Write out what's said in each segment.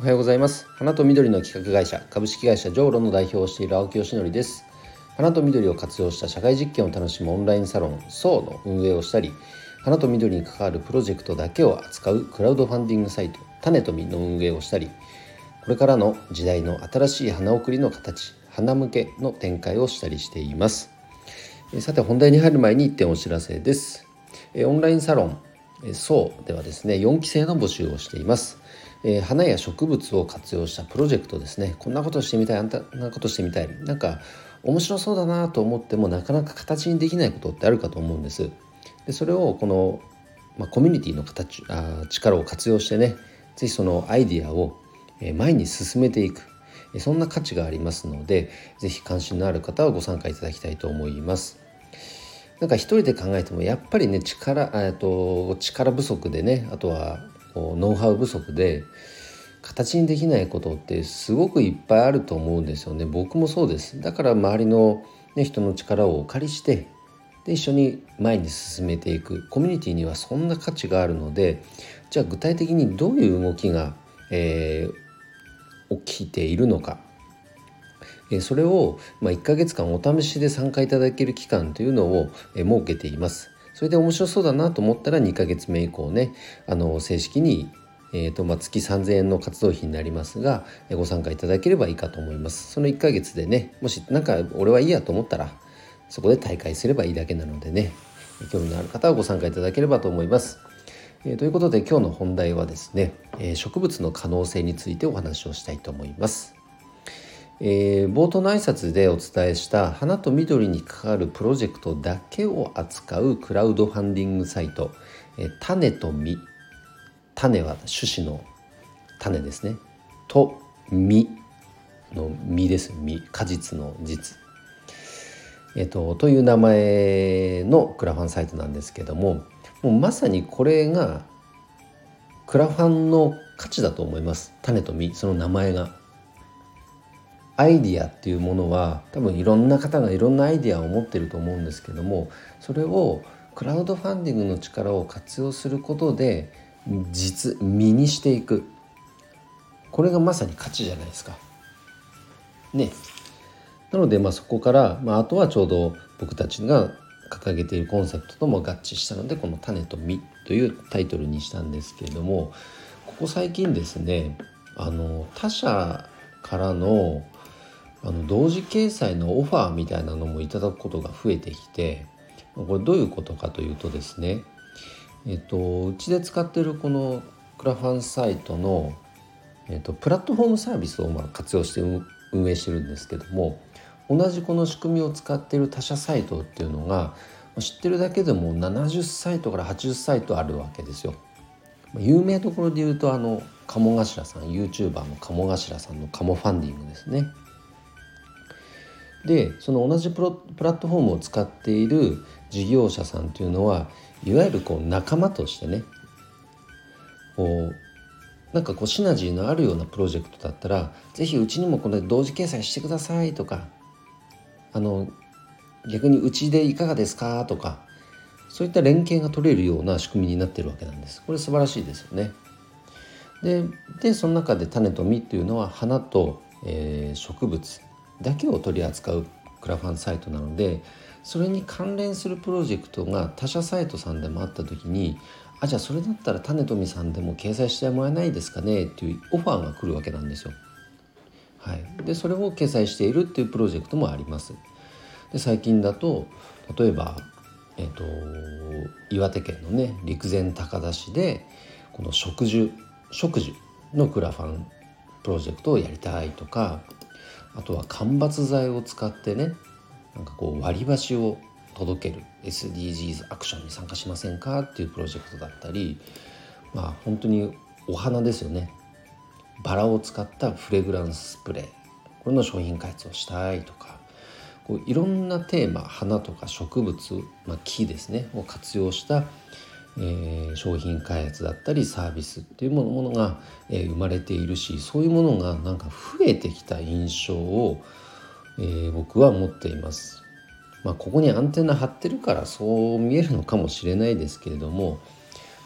おはようございます。花と緑の企画会社株式会社ジョーロの代表をしている青木よしのりです。花と緑を活用した社会実験を楽しむオンラインサロン SOO の運営をしたり、花と緑に関わるプロジェクトだけを扱うクラウドファンディングサイト種と実の運営をしたり、これからの時代の新しい花送りの形、花向けの展開をしたりしています。さて本題に入る前に1点お知らせです。オンラインサロン SOO ではですね、4期生の募集をしています。花や植物を活用したプロジェクトですね。こんなことしてみたい、あんなことしてみたい、なんか面白そうだなと思ってもなかなか形にできないことってあるかと思うんです。でそれをこの、コミュニティの力を活用してね、ぜひそのアイディアを前に進めていく、そんな価値がありますので、ぜひ関心のある方はご参加いただきたいと思います。なんか一人で考えてもやっぱりね、力不足でね、あとはノウハウ不足で形にできないことってすごくいっぱいあると思うんですよね。僕もそうです。だから周りの、人の力をお借りして、で一緒に前に進めていくコミュニティにはそんな価値があるので、じゃあ具体的にどういう動きが、起きているのか、それを、1ヶ月間お試しで参加いただける期間というのを、設けています。それで面白そうだなと思ったら2ヶ月目以降ね、正式に、月3000円の活動費になりますが、ご参加いただければいいかと思います。その1ヶ月でね、もしなんか俺はいいやと思ったらそこで大会すればいいだけなのでね、興味のある方はご参加いただければと思います。ということで今日の本題はですね、植物の可能性についてお話をしたいと思います。冒頭の挨拶でお伝えした花と緑に関わるプロジェクトだけを扱うクラウドファンディングサイト、種と実、種は種子の種ですね、と実の実です。実、果実の実、という名前のクラファンサイトなんですけども、もうまさにこれがクラファンの価値だと思います。種と実、その名前が。アイディアっていうものは多分いろんな方がいろんなアイディアを持ってると思うんですけども、それをクラウドファンディングの力を活用することで実にしていく、これがまさに価値じゃないですかね。なのでそこから、あとはちょうど僕たちが掲げているコンセプトとも合致したので、この種と実というタイトルにしたんですけれども、ここ最近ですね、他社からの同時掲載のオファーみたいなのもいただくことが増えてきて、これどういうことかというとですね、うちで使っているこのクラファンサイトの、プラットフォームサービスを活用して運営してるんですけども、同じこの仕組みを使っている他社サイトっていうのが知ってるだけでも70サイトから80サイトあるわけですよ。有名どころで言うと鴨頭さん、 YouTuber の鴨頭さんの鴨ファンディングですね。でその同じプラットフォームを使っている事業者さんというのは、いわゆる仲間としてね、シナジーのあるようなプロジェクトだったら、ぜひうちにもこれ同時掲載してくださいとか、逆にうちでいかがですかとか、そういった連携が取れるような仕組みになっているわけなんです。これ素晴らしいですよね。でその中で種と実っていうのは花と、植物だけを取り扱うクラファンサイトなので、それに関連するプロジェクトが他社サイトさんでもあった時に、じゃあそれだったら種と実さんでも掲載してもらえないですかねっていうオファーが来るわけなんですよ。でそれを掲載しているっていうプロジェクトもあります。で最近だと例えば、岩手県のね陸前高田市でこの植樹のクラファンプロジェクトをやりたいとか、あとは間伐材を使ってね、割り箸を届ける SDGs アクションに参加しませんかっていうプロジェクトだったり、本当にお花ですよね、バラを使ったフレグランススプレー、これの商品開発をしたいとか、いろんなテーマ、花とか植物、木ですねを活用した、商品開発だったりサービスっていうものが、生まれているし、そういうものが増えてきた印象を、僕は持っています。ここにアンテナ張ってるからそう見えるのかもしれないですけれども、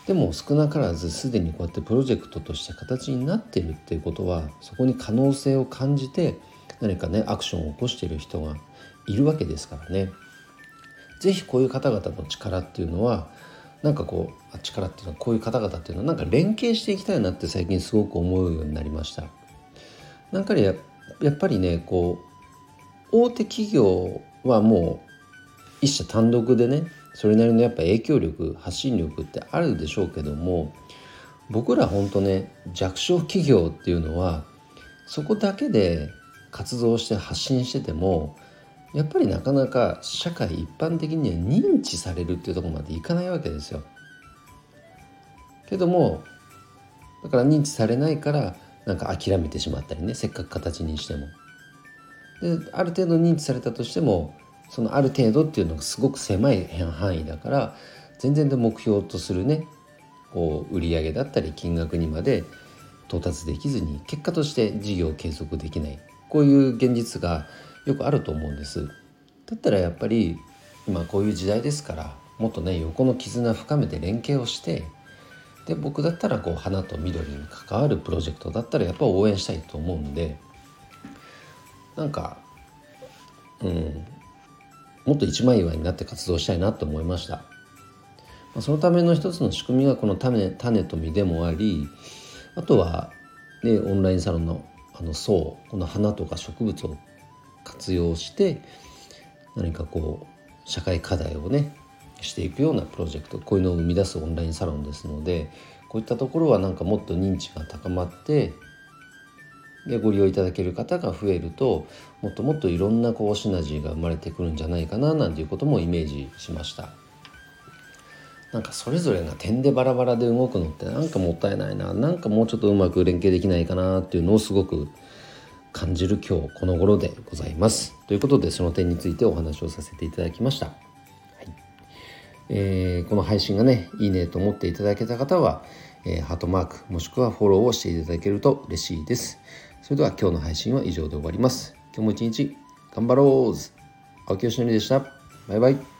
でも少なからずすでにこうやってプロジェクトとして形になっているっていうことは、そこに可能性を感じて何かねアクションを起こしている人がいるわけですからね。ぜひこういう方々の力っていうのはなんかこう力っていうのはこういう方々っていうのはなんか連携していきたいなって最近すごく思うようになりました。なんかやっぱりねこう大手企業はもう一社単独でねそれなりのやっぱ影響力発信力ってあるでしょうけども、僕らほんとね弱小企業っていうのはそこだけで活動して発信しててもやっぱりなかなか社会一般的には認知されるっていうところまでいかないわけですよ。けどもだから認知されないからなんか諦めてしまったりね、せっかく形にしてもである程度認知されたとしてもそのある程度っていうのがすごく狭い範囲だから全然で目標とするねこう売上だったり金額にまで到達できずに結果として事業を継続できない、こういう現実がよくあると思うんです。だったらやっぱり今こういう時代ですからもっとね横の絆深めて連携をしてで僕だったらこう花と緑に関わるプロジェクトだったらやっぱ応援したいと思うんでなんかもっと一枚岩になって活動したいなと思いました。そのための一つの仕組みがこの種と実でもあり、あとは、ね、オンラインサロンのこの花とか植物を活用して何かこう社会課題をねしていくようなプロジェクト、こういうのを生み出すオンラインサロンですので、こういったところはなんかもっと認知が高まってでご利用いただける方が増えるともっともっといろんなこうシナジーが生まれてくるんじゃないかななんていうこともイメージしました。なんかそれぞれが点でバラバラで動くのってなんかもったいないな、なんかもうちょっとうまく連携できないかなっていうのをすごく感じる今日この頃でございます。ということでその点についてお話をさせていただきました。この配信がねいいねと思っていただけた方は、ハートマークもしくはフォローをしていただけると嬉しいです。それでは今日の配信は以上で終わります。今日も一日頑張ろう。青木よしのりでした。バイバイ。